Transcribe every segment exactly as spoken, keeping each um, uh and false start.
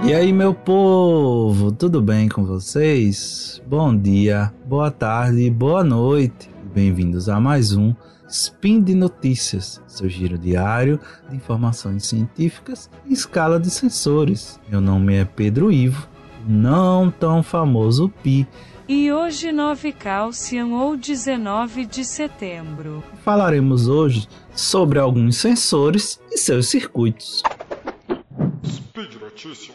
E aí, meu povo, tudo bem com vocês? Bom dia, boa tarde, boa noite. Bem-vindos a mais um Spin de Notícias, seu giro diário de informações científicas em escala de sensores. Meu nome é Pedro Ivo, não tão famoso Pi. E hoje nove Calcium ou dezenove de setembro. Falaremos hoje sobre alguns sensores e seus circuitos. Speed Notícias.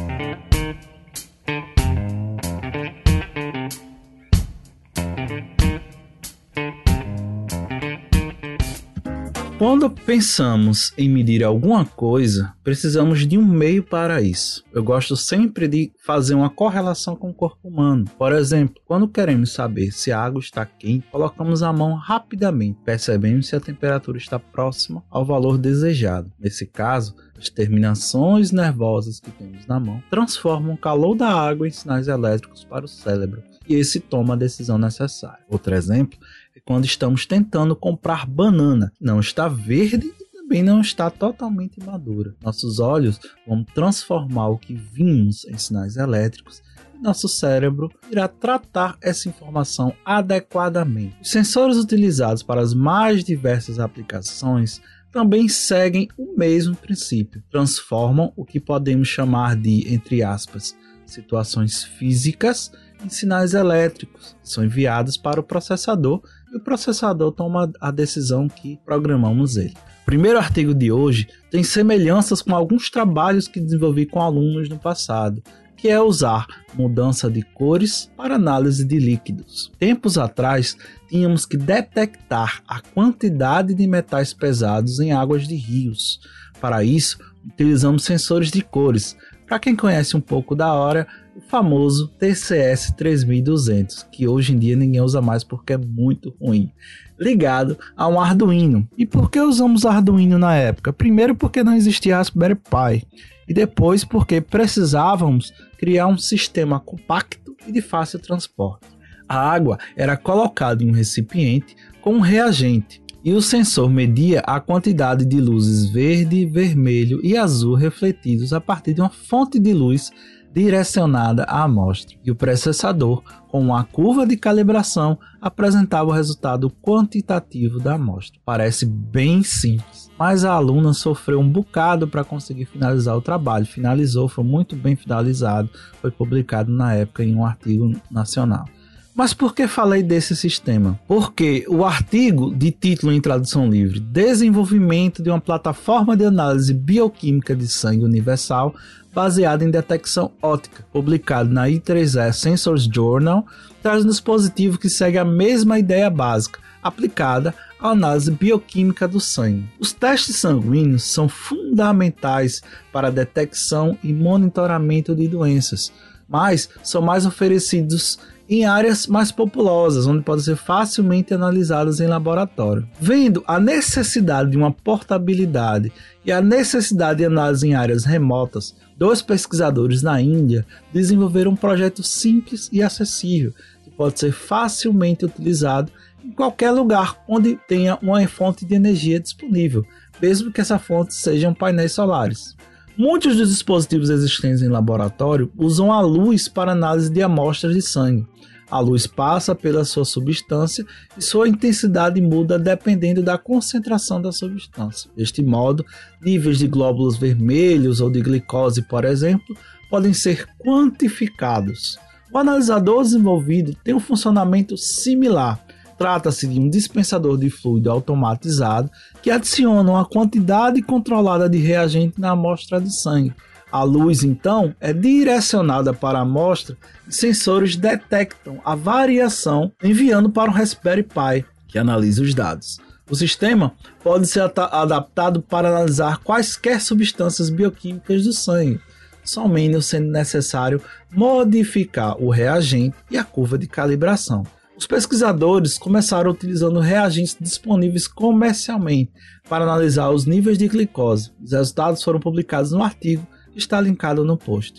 Quando pensamos em medir alguma coisa, precisamos de um meio para isso. Eu gosto sempre de fazer uma correlação com o corpo humano. Por exemplo, quando queremos saber se a água está quente, colocamos a mão rapidamente, percebendo se a temperatura está próxima ao valor desejado. Nesse caso, as terminações nervosas que temos na mão transformam o calor da água em sinais elétricos para o cérebro, e esse toma a decisão necessária. Outro exemplo é quando estamos tentando comprar banana. Não está verde e também não está totalmente madura. Nossos olhos vão transformar o que vimos em sinais elétricos e nosso cérebro irá tratar essa informação adequadamente. Os sensores utilizados para as mais diversas aplicações também seguem o mesmo princípio. Transformam o que podemos chamar de, entre aspas, situações físicas em sinais elétricos, que são enviados para o processador e o processador toma a decisão que programamos ele. O primeiro artigo de hoje tem semelhanças com alguns trabalhos que desenvolvi com alunos no passado, que é usar mudança de cores para análise de líquidos. Tempos atrás, tínhamos que detectar a quantidade de metais pesados em águas de rios. Para isso, utilizamos sensores de cores. Para quem conhece um pouco da hora, o famoso T C S três mil e duzentos, que hoje em dia ninguém usa mais porque é muito ruim, ligado a um Arduino. E por que usamos Arduino na época? Primeiro porque não existia Raspberry Pi, e depois porque precisávamos criar um sistema compacto e de fácil transporte. A água era colocada em um recipiente com um reagente, e o sensor media a quantidade de luzes verde, vermelho e azul refletidos a partir de uma fonte de luz direcionada à amostra. E o processador, com uma curva de calibração, apresentava o resultado quantitativo da amostra. Parece bem simples, mas a aluna sofreu um bocado para conseguir finalizar o trabalho. Finalizou, foi muito bem finalizado, foi publicado na época em um artigo nacional. Mas por que falei desse sistema? Porque o artigo de título em tradução livre, Desenvolvimento de uma plataforma de análise bioquímica de sangue universal baseada em detecção óptica, publicado na I três E Sensors Journal, traz um dispositivo que segue a mesma ideia básica, aplicada à análise bioquímica do sangue. Os testes sanguíneos são fundamentais para a detecção e monitoramento de doenças, mas são mais oferecidos em áreas mais populosas, onde podem ser facilmente analisadas em laboratório. Vendo a necessidade de uma portabilidade e a necessidade de análise em áreas remotas, dois pesquisadores na Índia desenvolveram um projeto simples e acessível, que pode ser facilmente utilizado em qualquer lugar onde tenha uma fonte de energia disponível, mesmo que essa fonte sejam painéis solares. Muitos dos dispositivos existentes em laboratório usam a luz para análise de amostras de sangue. A luz passa pela sua substância e sua intensidade muda dependendo da concentração da substância. Deste modo, níveis de glóbulos vermelhos ou de glicose, por exemplo, podem ser quantificados. O analisador desenvolvido tem um funcionamento similar. Trata-se de um dispensador de fluido automatizado que adiciona uma quantidade controlada de reagente na amostra de sangue. A luz, então, é direcionada para a amostra e sensores detectam a variação enviando para um Raspberry Pi, que analisa os dados. O sistema pode ser adaptado para analisar quaisquer substâncias bioquímicas do sangue, somente sendo necessário modificar o reagente e a curva de calibração. Os pesquisadores começaram utilizando reagentes disponíveis comercialmente para analisar os níveis de glicose. Os resultados foram publicados no artigo que está linkado no post.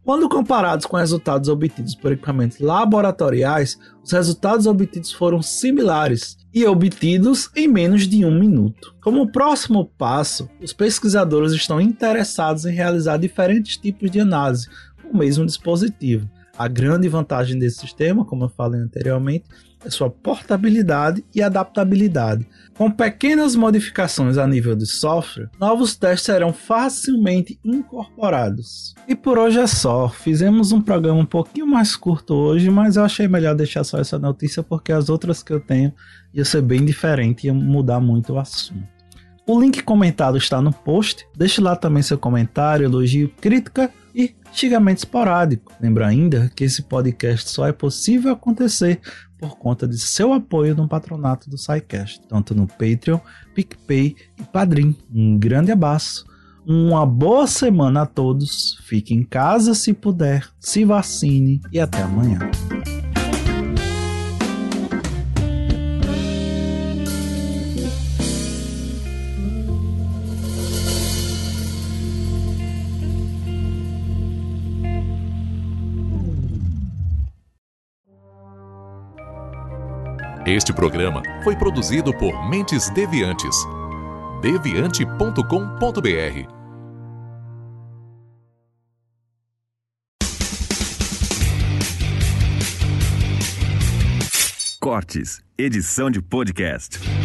Quando comparados com resultados obtidos por equipamentos laboratoriais, os resultados obtidos foram similares e obtidos em menos de um minuto. Como próximo passo, os pesquisadores estão interessados em realizar diferentes tipos de análise com o mesmo dispositivo. A grande vantagem desse sistema, como eu falei anteriormente, é sua portabilidade e adaptabilidade. Com pequenas modificações a nível de software, novos testes serão facilmente incorporados. E por hoje é só. Fizemos um programa um pouquinho mais curto hoje, mas eu achei melhor deixar só essa notícia porque as outras que eu tenho ia ser bem diferente e ia mudar muito o assunto. O link comentado está no post. Deixe lá também seu comentário, elogio, crítica e xingamento esporádico. Lembra ainda que esse podcast só é possível acontecer por conta de seu apoio no patronato do SciCast, tanto no Patreon, PicPay e Padrim. Um grande abraço, uma boa semana a todos, fique em casa se puder, se vacine e até amanhã. Este programa foi produzido por Mentes Deviantes. deviante ponto com ponto b r. Cortes, edição de podcast.